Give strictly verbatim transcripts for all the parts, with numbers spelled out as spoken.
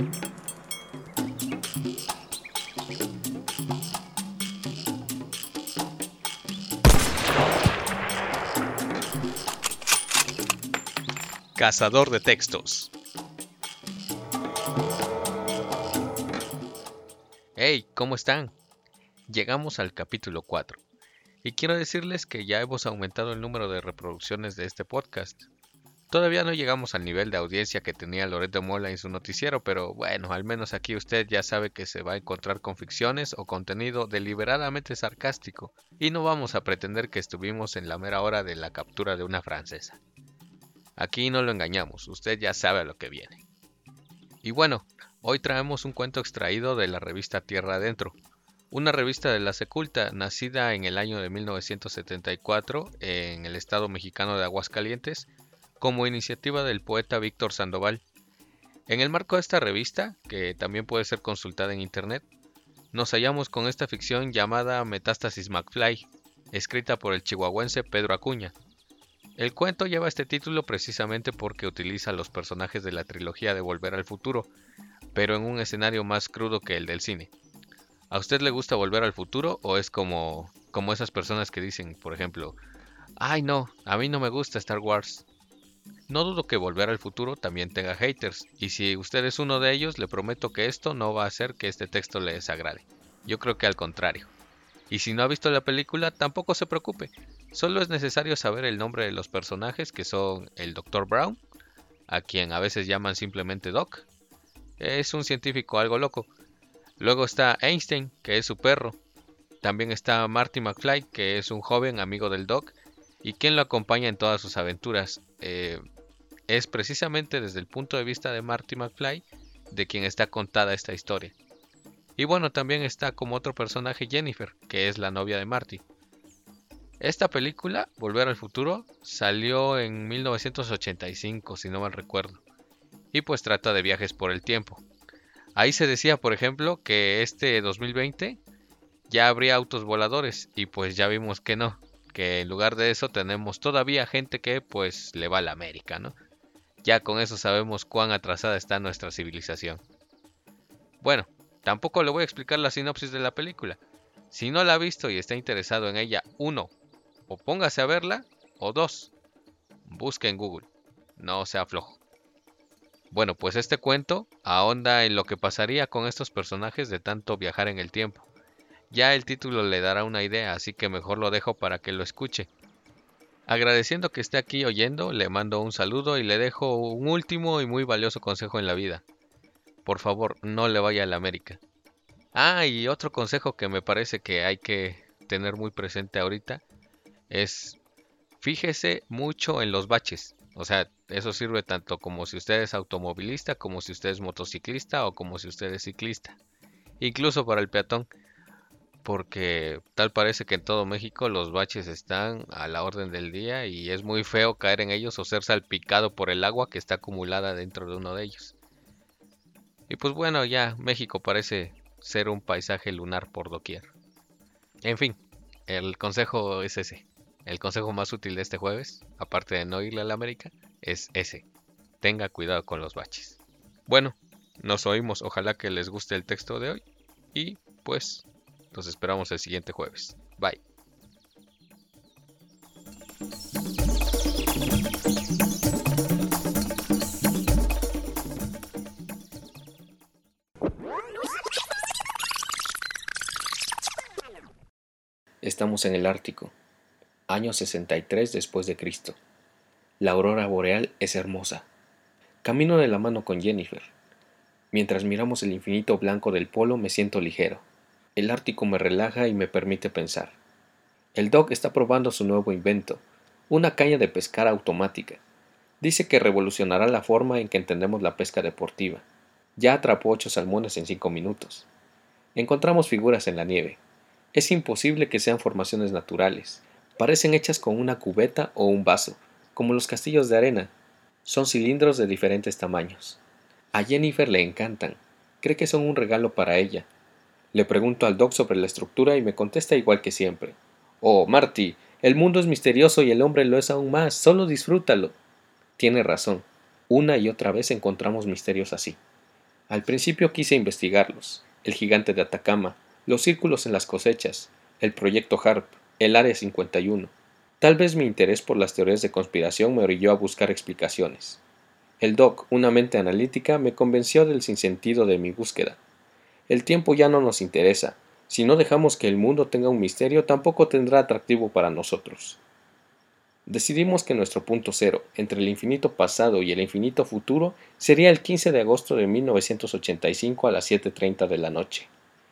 Cazador de textos. Hey, ¿cómo están? Llegamos al capítulo cuatro y quiero decirles que ya hemos aumentado el número de reproducciones de este podcast. Todavía no llegamos al nivel de audiencia que tenía Loret de Mola en su noticiero, pero bueno, al menos aquí usted ya sabe que se va a encontrar con ficciones o contenido deliberadamente sarcástico y no vamos a pretender que estuvimos en la mera hora de la captura de una francesa. Aquí no lo engañamos, usted ya sabe a lo que viene. Y bueno, hoy traemos un cuento extraído de la revista Tierra Adentro, una revista de la Seculta nacida en el año de mil novecientos setenta y cuatro en el estado mexicano de Aguascalientes como iniciativa del poeta Víctor Sandoval. En el marco de esta revista, que también puede ser consultada en internet, nos hallamos con esta ficción llamada Metástasis McFly, escrita por el chihuahuense Pedro Acuña. El cuento lleva este título precisamente porque utiliza los personajes de la trilogía de Volver al Futuro, pero en un escenario más crudo que el del cine. ¿A usted le gusta Volver al Futuro o es como, como esas personas que dicen, por ejemplo, ay no, a mí no me gusta Star Wars? No dudo que Volver al Futuro también tenga haters, y si usted es uno de ellos, le prometo que esto no va a hacer que este texto le desagrade. Yo creo que al contrario. Y si no ha visto la película, tampoco se preocupe. Solo es necesario saber el nombre de los personajes, que son el doctor Brown, a quien a veces llaman simplemente Doc. Es un científico algo loco. Luego está Einstein, que es su perro. También está Marty McFly, que es un joven amigo del Doc, y quien lo acompaña en todas sus aventuras. Eh, es precisamente desde el punto de vista de Marty McFly de quien está contada esta historia. Y bueno, también está como otro personaje Jennifer, que es la novia de Marty. Esta película, Volver al Futuro, salió en mil novecientos ochenta y cinco, si no mal recuerdo, y pues trata de viajes por el tiempo. Ahí se decía, por ejemplo, que este dos mil veinte ya habría autos voladores, y pues ya vimos que no, que en lugar de eso tenemos todavía gente que pues le va a la América, ¿no? Ya con eso sabemos cuán atrasada está nuestra civilización. Bueno, tampoco le voy a explicar la sinopsis de la película. Si no la ha visto y está interesado en ella, uno, o póngase a verla, o dos, busque en Google. No sea flojo. Bueno, pues este cuento ahonda en lo que pasaría con estos personajes de tanto viajar en el tiempo. Ya el título le dará una idea, así que mejor lo dejo para que lo escuche. Agradeciendo que esté aquí oyendo, le mando un saludo y le dejo un último y muy valioso consejo en la vida. Por favor, no le vaya a la América. Ah, y otro consejo que me parece que hay que tener muy presente ahorita es fíjese mucho en los baches. O sea, eso sirve tanto como si usted es automovilista, como si usted es motociclista o como si usted es ciclista. Incluso para el peatón, porque tal parece que en todo México los baches están a la orden del día y es muy feo caer en ellos o ser salpicado por el agua que está acumulada dentro de uno de ellos. Y pues bueno, ya México parece ser un paisaje lunar por doquier. En fin, el consejo es ese. El consejo más útil de este jueves, aparte de no irle a la América, es ese. Tenga cuidado con los baches. Bueno, nos oímos. Ojalá que les guste el texto de hoy. Y pues, los esperamos el siguiente jueves. Bye. Estamos en el Ártico, año sesenta y tres después de Cristo. La aurora boreal es hermosa. Camino de la mano con Jennifer. Mientras miramos el infinito blanco del polo me siento ligero. El Ártico me relaja y me permite pensar. El Doc está probando su nuevo invento, una caña de pescar automática. Dice que revolucionará la forma en que entendemos la pesca deportiva. Ya atrapó ocho salmones en cinco minutos. Encontramos figuras en la nieve. Es imposible que sean formaciones naturales. Parecen hechas con una cubeta o un vaso, como los castillos de arena. Son cilindros de diferentes tamaños. A Jennifer le encantan. Cree que son un regalo para ella. Le pregunto al Doc sobre la estructura y me contesta igual que siempre. Oh, Marty, el mundo es misterioso y el hombre lo es aún más. Solo disfrútalo. Tiene razón. Una y otra vez encontramos misterios así. Al principio quise investigarlos, el gigante de Atacama, los círculos en las cosechas, el proyecto HARP, el Área cincuenta y uno. Tal vez mi interés por las teorías de conspiración me orilló a buscar explicaciones. El Doc, una mente analítica, me convenció del sinsentido de mi búsqueda. El tiempo ya no nos interesa. Si no dejamos que el mundo tenga un misterio, tampoco tendrá atractivo para nosotros. Decidimos que nuestro punto cero, entre el infinito pasado y el infinito futuro, sería el quince de agosto de mil novecientos ochenta y cinco a las siete treinta de la noche.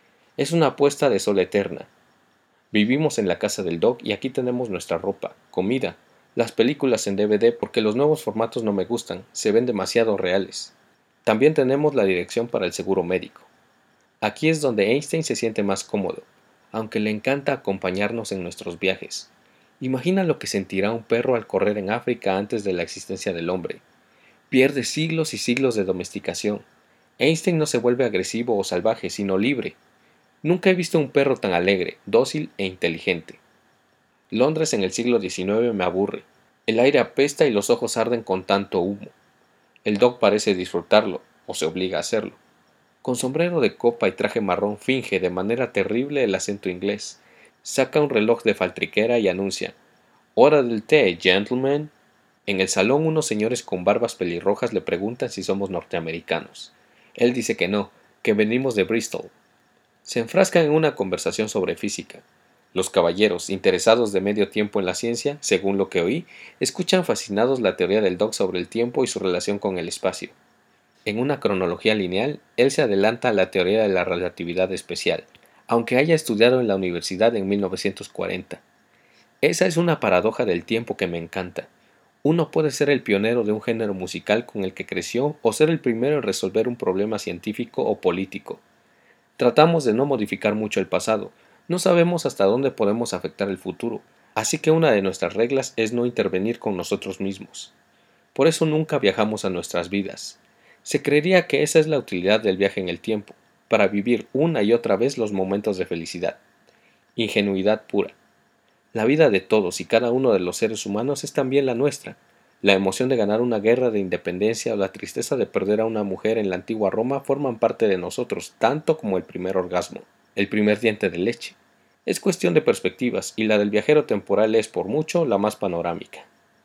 Es una apuesta de sol eterna. Vivimos en la casa del Doc y aquí tenemos nuestra ropa, comida, las películas en D V D porque los nuevos formatos no me gustan, se ven demasiado reales. También tenemos la dirección para el seguro médico. Aquí es donde Einstein se siente más cómodo, aunque le encanta acompañarnos en nuestros viajes. Imagina lo que sentirá un perro al correr en África antes de la existencia del hombre. Pierde siglos y siglos de domesticación. Einstein no se vuelve agresivo o salvaje, sino libre. Nunca he visto un perro tan alegre, dócil e inteligente. Londres en el siglo diecinueve me aburre. El aire apesta y los ojos arden con tanto humo. El Doc parece disfrutarlo, o se obliga a hacerlo. Con sombrero de copa y traje marrón finge de manera terrible el acento inglés. Saca un reloj de faltriquera y anuncia: «Hora del té, gentlemen». En el salón unos señores con barbas pelirrojas le preguntan si somos norteamericanos. Él dice que no, que venimos de Bristol. Se enfrascan en una conversación sobre física. Los caballeros, interesados de medio tiempo en la ciencia, según lo que oí, escuchan fascinados la teoría del Doc sobre el tiempo y su relación con el espacio. En una cronología lineal, él se adelanta a la teoría de la relatividad especial, aunque haya estudiado en la universidad en mil novecientos cuarenta. Esa es una paradoja del tiempo que me encanta. Uno puede ser el pionero de un género musical con el que creció o ser el primero en resolver un problema científico o político. Tratamos de no modificar mucho el pasado, no sabemos hasta dónde podemos afectar el futuro, así que una de nuestras reglas es no intervenir con nosotros mismos. Por eso nunca viajamos a nuestras vidas. Se creería que esa es la utilidad del viaje en el tiempo, para vivir una y otra vez los momentos de felicidad. Ingenuidad pura. La vida de todos y cada uno de los seres humanos es también la nuestra. La emoción de ganar una guerra de independencia o la tristeza de perder a una mujer en la antigua Roma forman parte de nosotros tanto como el primer orgasmo, el primer diente de leche. Es cuestión de perspectivas y la del viajero temporal es, por mucho, la más panorámica.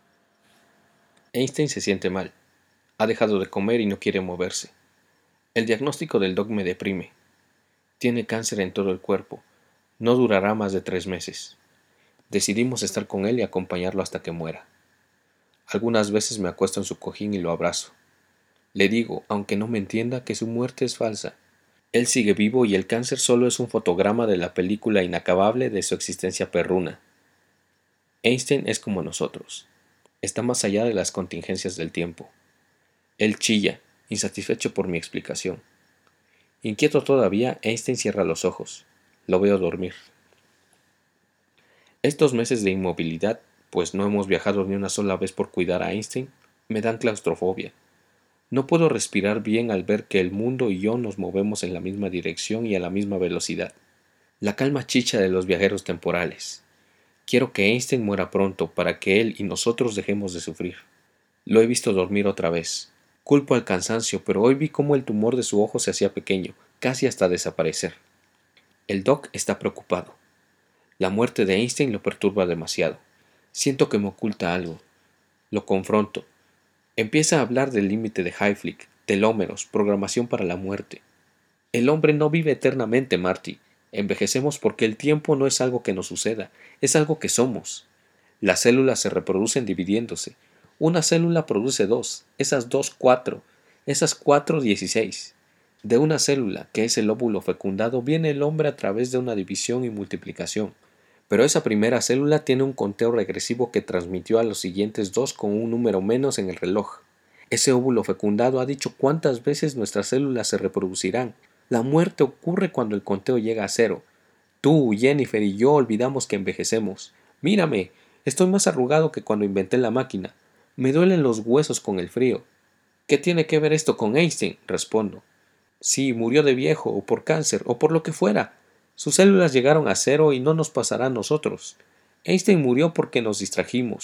Einstein se siente mal. Ha dejado de comer y no quiere moverse. El diagnóstico del Doc me deprime. Tiene cáncer en todo el cuerpo. No durará más de tres meses. Decidimos estar con él y acompañarlo hasta que muera. Algunas veces me acuesto en su cojín y lo abrazo. Le digo, aunque no me entienda, que su muerte es falsa. Él sigue vivo y el cáncer solo es un fotograma de la película inacabable de su existencia perruna. Einstein es como nosotros. Está más allá de las contingencias del tiempo. Él chilla, insatisfecho por mi explicación. Inquieto todavía, Einstein cierra los ojos. Lo veo dormir. Estos meses de inmovilidad, pues no hemos viajado ni una sola vez por cuidar a Einstein, me dan claustrofobia. No puedo respirar bien al ver que el mundo y yo nos movemos en la misma dirección y a la misma velocidad. La calma chicha de los viajeros temporales. Quiero que Einstein muera pronto para que él y nosotros dejemos de sufrir. Lo he visto dormir otra vez. Culpo al cansancio, pero hoy vi cómo el tumor de su ojo se hacía pequeño, casi hasta desaparecer. El Doc está preocupado. La muerte de Einstein lo perturba demasiado. Siento que me oculta algo. Lo confronto. Empieza a hablar del límite de Hayflick, telómeros, programación para la muerte. El hombre no vive eternamente, Marty. Envejecemos porque el tiempo no es algo que nos suceda, es algo que somos. Las células se reproducen dividiéndose. Una célula produce dos, esas dos cuatro, esas cuatro dieciséis. De una célula, que es el óvulo fecundado, viene el hombre a través de una división y multiplicación. Pero esa primera célula tiene un conteo regresivo que transmitió a los siguientes dos con un número menos en el reloj. Ese óvulo fecundado ha dicho cuántas veces nuestras células se reproducirán. La muerte ocurre cuando el conteo llega a cero. Tú, Jennifer y yo olvidamos que envejecemos. Mírame, estoy más arrugado que cuando inventé la máquina. Me duelen los huesos con el frío. ¿Qué tiene que ver esto con Einstein?, respondo. Sí, murió de viejo, o por cáncer, o por lo que fuera. Sus células llegaron a cero y no nos pasará a nosotros. Einstein murió porque nos distrajimos.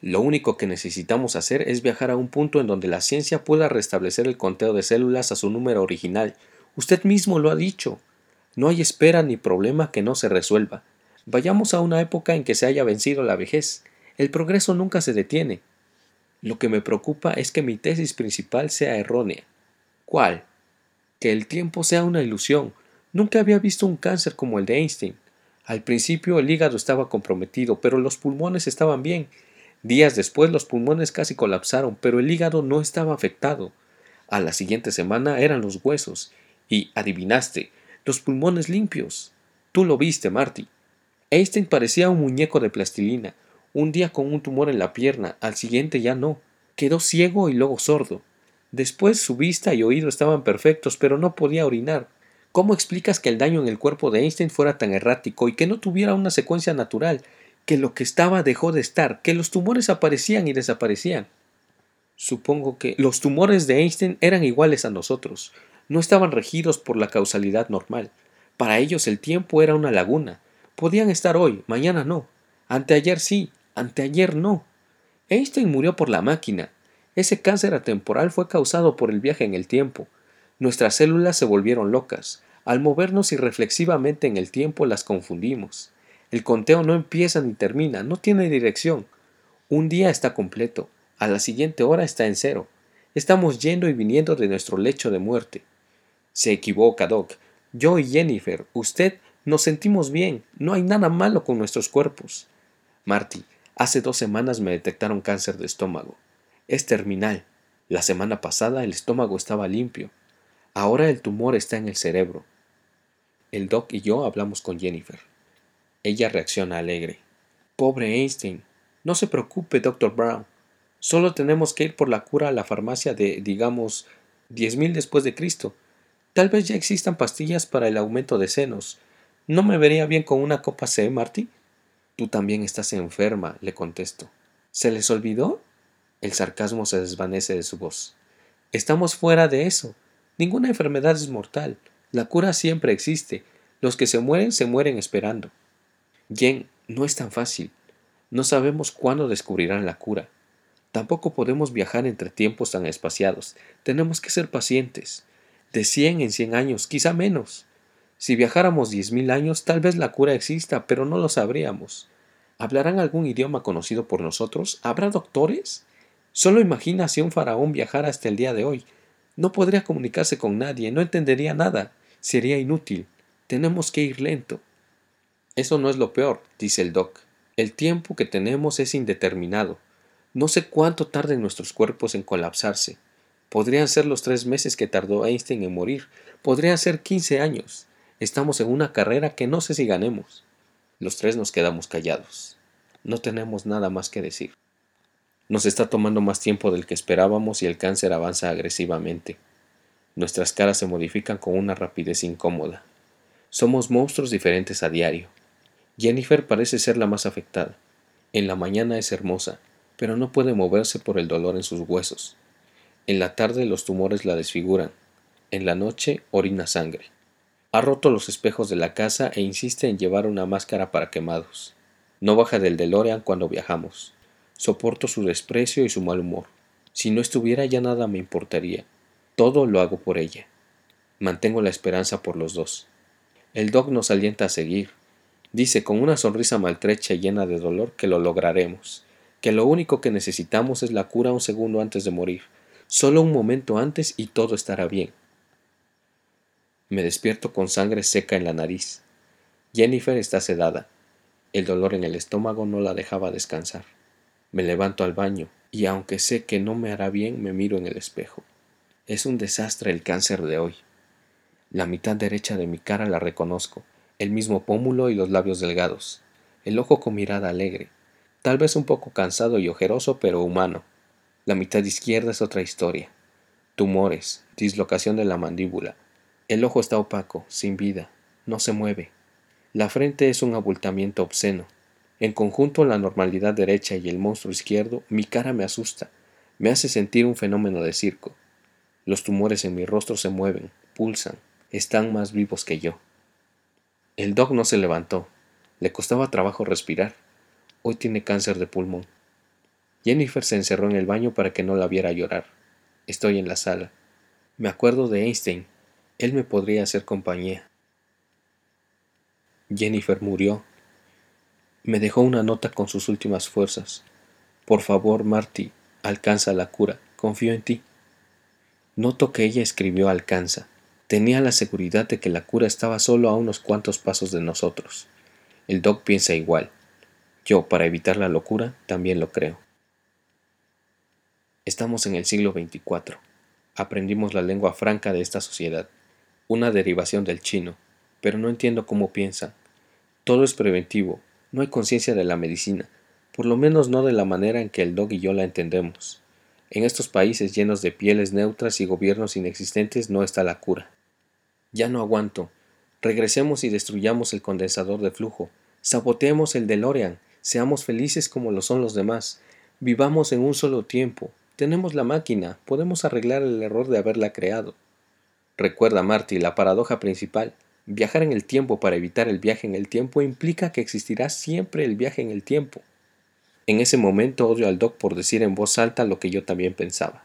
Lo único que necesitamos hacer es viajar a un punto en donde la ciencia pueda restablecer el conteo de células a su número original. Usted mismo lo ha dicho. No hay espera ni problema que no se resuelva. Vayamos a una época en que se haya vencido la vejez. El progreso nunca se detiene. Lo que me preocupa es que mi tesis principal sea errónea. ¿Cuál? Que el tiempo sea una ilusión. Nunca había visto un cáncer como el de Einstein. Al principio el hígado estaba comprometido, pero los pulmones estaban bien. Días después los pulmones casi colapsaron, pero el hígado no estaba afectado. A la siguiente semana eran los huesos. Y, adivinaste, los pulmones limpios. Tú lo viste, Marty. Einstein parecía un muñeco de plastilina. Un día con un tumor en la pierna, al siguiente ya no. Quedó ciego y luego sordo. Después su vista y oído estaban perfectos, pero no podía orinar. ¿Cómo explicas que el daño en el cuerpo de Einstein fuera tan errático y que no tuviera una secuencia natural? Que lo que estaba dejó de estar, que los tumores aparecían y desaparecían. Supongo que los tumores de Einstein eran iguales a nosotros. No estaban regidos por la causalidad normal. Para ellos el tiempo era una laguna. Podían estar hoy, mañana no. Anteayer sí, anteayer no. Einstein murió por la máquina. Ese cáncer atemporal fue causado por el viaje en el tiempo. Nuestras células se volvieron locas. Al movernos irreflexivamente en el tiempo las confundimos. El conteo no empieza ni termina, no tiene dirección. Un día está completo, a la siguiente hora está en cero. Estamos yendo y viniendo de nuestro lecho de muerte. Se equivoca, Doc. Yo y Jennifer, usted, nos sentimos bien. No hay nada malo con nuestros cuerpos. Marty, hace dos semanas me detectaron cáncer de estómago. Es terminal. La semana pasada el estómago estaba limpio. Ahora el tumor está en el cerebro. El Doc y yo hablamos con Jennifer. Ella reacciona alegre. Pobre Einstein. No se preocupe, doctor Brown. Solo tenemos que ir por la cura a la farmacia de, digamos, diez mil después de Cristo. Tal vez ya existan pastillas para el aumento de senos. ¿No me vería bien con una copa C, Marty? Tú también estás enferma, le contesto. ¿Se les olvidó? El sarcasmo se desvanece de su voz. Estamos fuera de eso. Ninguna enfermedad es mortal. La cura siempre existe. Los que se mueren se mueren esperando. Jen, no es tan fácil. No sabemos cuándo descubrirán la cura. Tampoco podemos viajar entre tiempos tan espaciados. Tenemos que ser pacientes. De cien en cien años, quizá menos. Si viajáramos diez mil años, tal vez la cura exista, pero no lo sabríamos. ¿Hablarán algún idioma conocido por nosotros? ¿Habrá doctores? Solo imagina si un faraón viajara hasta el día de hoy. No podría comunicarse con nadie, no entendería nada. Sería inútil. Tenemos que ir lento. Eso no es lo peor, dice el Doc. El tiempo que tenemos es indeterminado. No sé cuánto tarden nuestros cuerpos en colapsarse. Podrían ser los tres meses que tardó Einstein en morir. Podrían ser quince años. Estamos en una carrera que no sé si ganemos. Los tres nos quedamos callados. No tenemos nada más que decir. Nos está tomando más tiempo del que esperábamos y el cáncer avanza agresivamente. Nuestras caras se modifican con una rapidez incómoda. Somos monstruos diferentes a diario. Jennifer parece ser la más afectada. En la mañana es hermosa, pero no puede moverse por el dolor en sus huesos. En la tarde los tumores la desfiguran. En la noche orina sangre. Ha roto los espejos de la casa e insiste en llevar una máscara para quemados. No baja del DeLorean cuando viajamos. Soporto su desprecio y su mal humor. Si no estuviera ya nada me importaría. Todo lo hago por ella. Mantengo la esperanza por los dos. El Doc nos alienta a seguir. Dice con una sonrisa maltrecha y llena de dolor que lo lograremos, que lo único que necesitamos es la cura un segundo antes de morir, solo un momento antes y todo estará bien. Me despierto con sangre seca en la nariz. Jennifer está sedada. El dolor en el estómago no la dejaba descansar. Me levanto al baño y aunque sé que no me hará bien, me miro en el espejo. Es un desastre el cáncer de hoy. La mitad derecha de mi cara la reconozco. El mismo pómulo y los labios delgados, el ojo con mirada alegre, tal vez un poco cansado y ojeroso, pero humano. La mitad izquierda es otra historia. Tumores, dislocación de la mandíbula. El ojo está opaco, sin vida, no se mueve. La frente es un abultamiento obsceno. En conjunto la normalidad derecha y el monstruo izquierdo, mi cara me asusta, me hace sentir un fenómeno de circo. Los tumores en mi rostro se mueven, pulsan, están más vivos que yo. El Doc no se levantó. Le costaba trabajo respirar. Hoy tiene cáncer de pulmón. Jennifer se encerró en el baño para que no la viera llorar. Estoy en la sala. Me acuerdo de Einstein. Él me podría hacer compañía. Jennifer murió. Me dejó una nota con sus últimas fuerzas. Por favor, Marty, alcanza la cura. Confío en ti. Noto que ella escribió alcanza. Tenía la seguridad de que la cura estaba solo a unos cuantos pasos de nosotros. El Doc piensa igual. Yo, para evitar la locura, también lo creo. Estamos en el siglo veinticuatro. Aprendimos la lengua franca de esta sociedad, una derivación del chino, pero no entiendo cómo piensan. Todo es preventivo, no hay conciencia de la medicina, por lo menos no de la manera en que el Doc y yo la entendemos. En estos países llenos de pieles neutras y gobiernos inexistentes no está la cura. Ya no aguanto. Regresemos y destruyamos el condensador de flujo. Saboteemos el DeLorean. Seamos felices como lo son los demás. Vivamos en un solo tiempo. Tenemos la máquina. Podemos arreglar el error de haberla creado. Recuerda, Marty, la paradoja principal. Viajar en el tiempo para evitar el viaje en el tiempo implica que existirá siempre el viaje en el tiempo. En ese momento odio al Doc por decir en voz alta lo que yo también pensaba.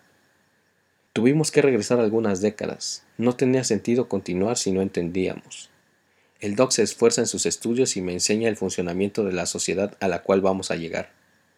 Tuvimos que regresar algunas décadas. No tenía sentido continuar si no entendíamos. El Doc se esfuerza en sus estudios y me enseña el funcionamiento de la sociedad a la cual vamos a llegar.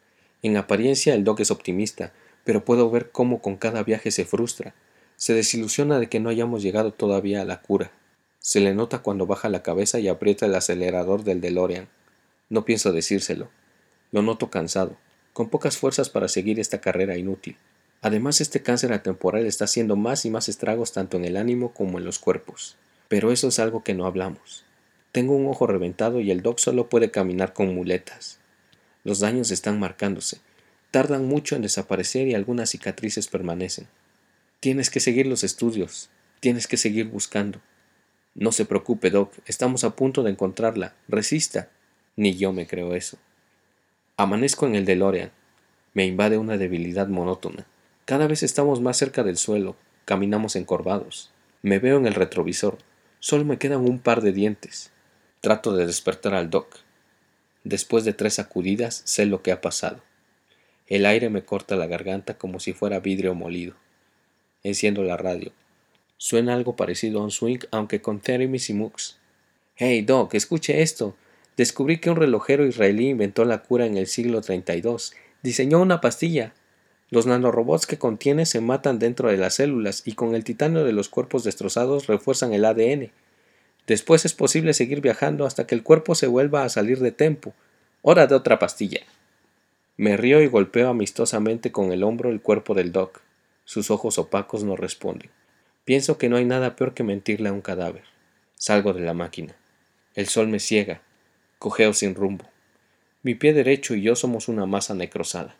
En apariencia el Doc es optimista, pero puedo ver cómo con cada viaje se frustra. Se desilusiona de que no hayamos llegado todavía a la cura. Se le nota cuando baja la cabeza y aprieta el acelerador del DeLorean. No pienso decírselo. Lo noto cansado, con pocas fuerzas para seguir esta carrera inútil. Además, este cáncer atemporal está haciendo más y más estragos tanto en el ánimo como en los cuerpos. Pero eso es algo que no hablamos. Tengo un ojo reventado y el Doc solo puede caminar con muletas. Los daños están marcándose. Tardan mucho en desaparecer y algunas cicatrices permanecen. Tienes que seguir los estudios. Tienes que seguir buscando. No se preocupe, Doc. Estamos a punto de encontrarla. Resista. Ni yo me creo eso. Amanezco en el DeLorean. Me invade una debilidad monótona. Cada vez estamos más cerca del suelo, caminamos encorvados. Me veo en el retrovisor. Solo me quedan un par de dientes. Trato de despertar al Doc. Después de tres sacudidas, sé lo que ha pasado. El aire me corta la garganta como si fuera vidrio molido. Enciendo la radio. Suena algo parecido a un swing, aunque con Theremis y Mux. «Hey, Doc, escuche esto. Descubrí que un relojero israelí inventó la cura en el siglo treinta y dos. Diseñó una pastilla. Los nanorobots que contiene se matan dentro de las células y con el titanio de los cuerpos destrozados refuerzan el A D N. Después es posible seguir viajando hasta que el cuerpo se vuelva a salir de tempo. Hora de otra pastilla». Me río y golpeo amistosamente con el hombro el cuerpo del Doc. Sus ojos opacos no responden. Pienso que no hay nada peor que mentirle a un cadáver. Salgo de la máquina. El sol me ciega. Cojeo sin rumbo. Mi pie derecho y yo somos una masa necrosada.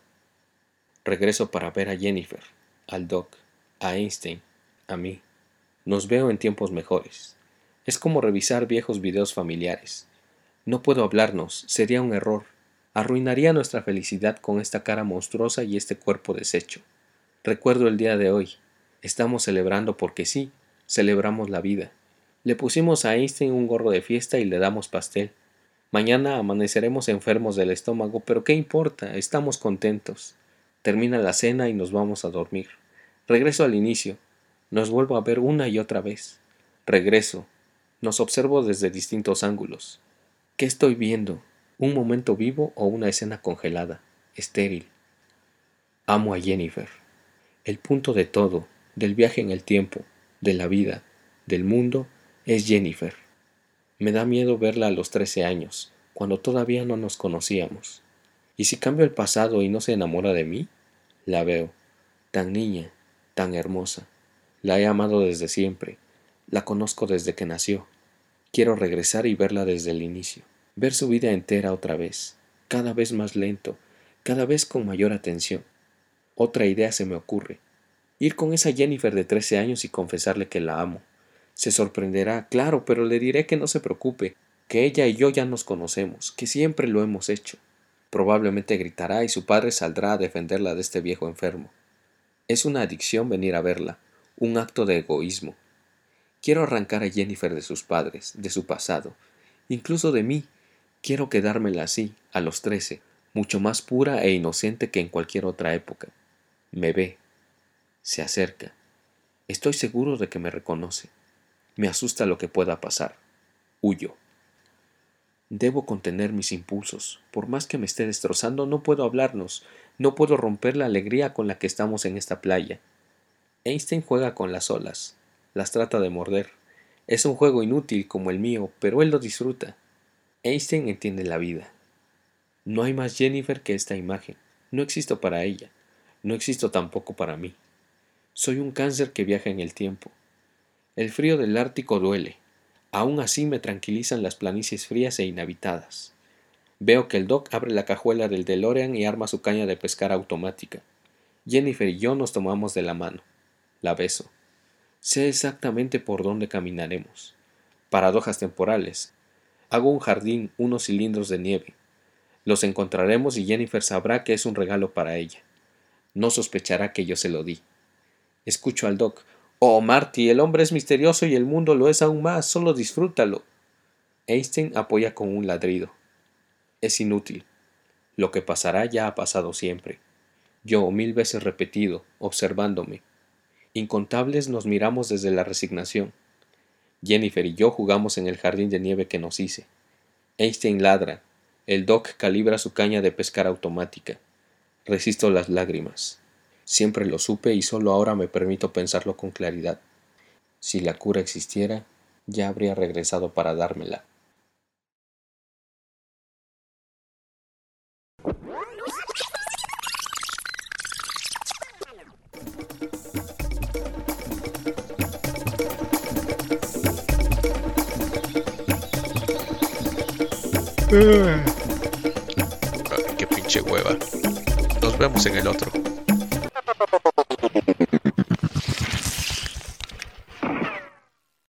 Regreso para ver a Jennifer, al Doc, a Einstein, a mí. Nos veo en tiempos mejores. Es como revisar viejos videos familiares. No puedo hablarnos, sería un error. Arruinaría nuestra felicidad con esta cara monstruosa y este cuerpo deshecho. Recuerdo el día de hoy. Estamos celebrando porque sí, celebramos la vida. Le pusimos a Einstein un gorro de fiesta y le damos pastel. Mañana amaneceremos enfermos del estómago, pero ¿qué importa? Estamos contentos. Termina la cena y nos vamos a dormir. Regreso al inicio. Nos vuelvo a ver una y otra vez. Regreso. Nos observo desde distintos ángulos. ¿Qué estoy viendo? ¿Un momento vivo o una escena congelada, estéril? Amo a Jennifer. El punto de todo, del viaje en el tiempo, de la vida, del mundo, es Jennifer. Me da miedo verla a los trece años, cuando todavía no nos conocíamos. ¿Y si cambio el pasado y no se enamora de mí? La veo, tan niña, tan hermosa. La he amado desde siempre. La conozco desde que nació. Quiero regresar y verla desde el inicio. Ver su vida entera otra vez, cada vez más lento, cada vez con mayor atención. Otra idea se me ocurre. Ir con esa Jennifer de trece años y confesarle que la amo. Se sorprenderá, claro, pero le diré que no se preocupe, que ella y yo ya nos conocemos, que siempre lo hemos hecho. Probablemente gritará y su padre saldrá a defenderla de este viejo enfermo. Es una adicción venir a verla, un acto de egoísmo. Quiero arrancar a Jennifer de sus padres, de su pasado, incluso de mí. Quiero quedármela así, a los trece, mucho más pura e inocente que en cualquier otra época. Me ve, se acerca. Estoy seguro de que me reconoce. Me asusta lo que pueda pasar. Huyo. Debo contener mis impulsos. Por más que me esté destrozando, no puedo hablarnos. No puedo romper la alegría con la que estamos en esta playa. Einstein juega con las olas. Las trata de morder. Es un juego inútil como el mío, pero él lo disfruta. Einstein entiende la vida. No hay más Jennifer que esta imagen. No existo para ella. No existo tampoco para mí. Soy un cáncer que viaja en el tiempo. El frío del Ártico duele. Aún así me tranquilizan las planicies frías e inhabitadas. Veo que el Doc abre la cajuela del DeLorean y arma su caña de pescar automática. Jennifer y yo nos tomamos de la mano. La beso. Sé exactamente por dónde caminaremos. Paradojas temporales. Hago un jardín, unos cilindros de nieve. Los encontraremos y Jennifer sabrá que es un regalo para ella. No sospechará que yo se lo di. Escucho al Doc. Oh, Marty, el hombre es misterioso y el mundo lo es aún más. Solo disfrútalo. Einstein apoya con un ladrido. Es inútil. Lo que pasará ya ha pasado siempre. Yo, mil veces repetido, observándome. Incontables nos miramos desde la resignación. Jennifer y yo jugamos en el jardín de nieve que nos hice. Einstein ladra. El Doc calibra su caña de pescar automática. Resisto las lágrimas. Siempre lo supe y solo ahora me permito pensarlo con claridad. Si la cura existiera, ya habría regresado para dármela. Ay, qué pinche hueva. Nos vemos en el otro.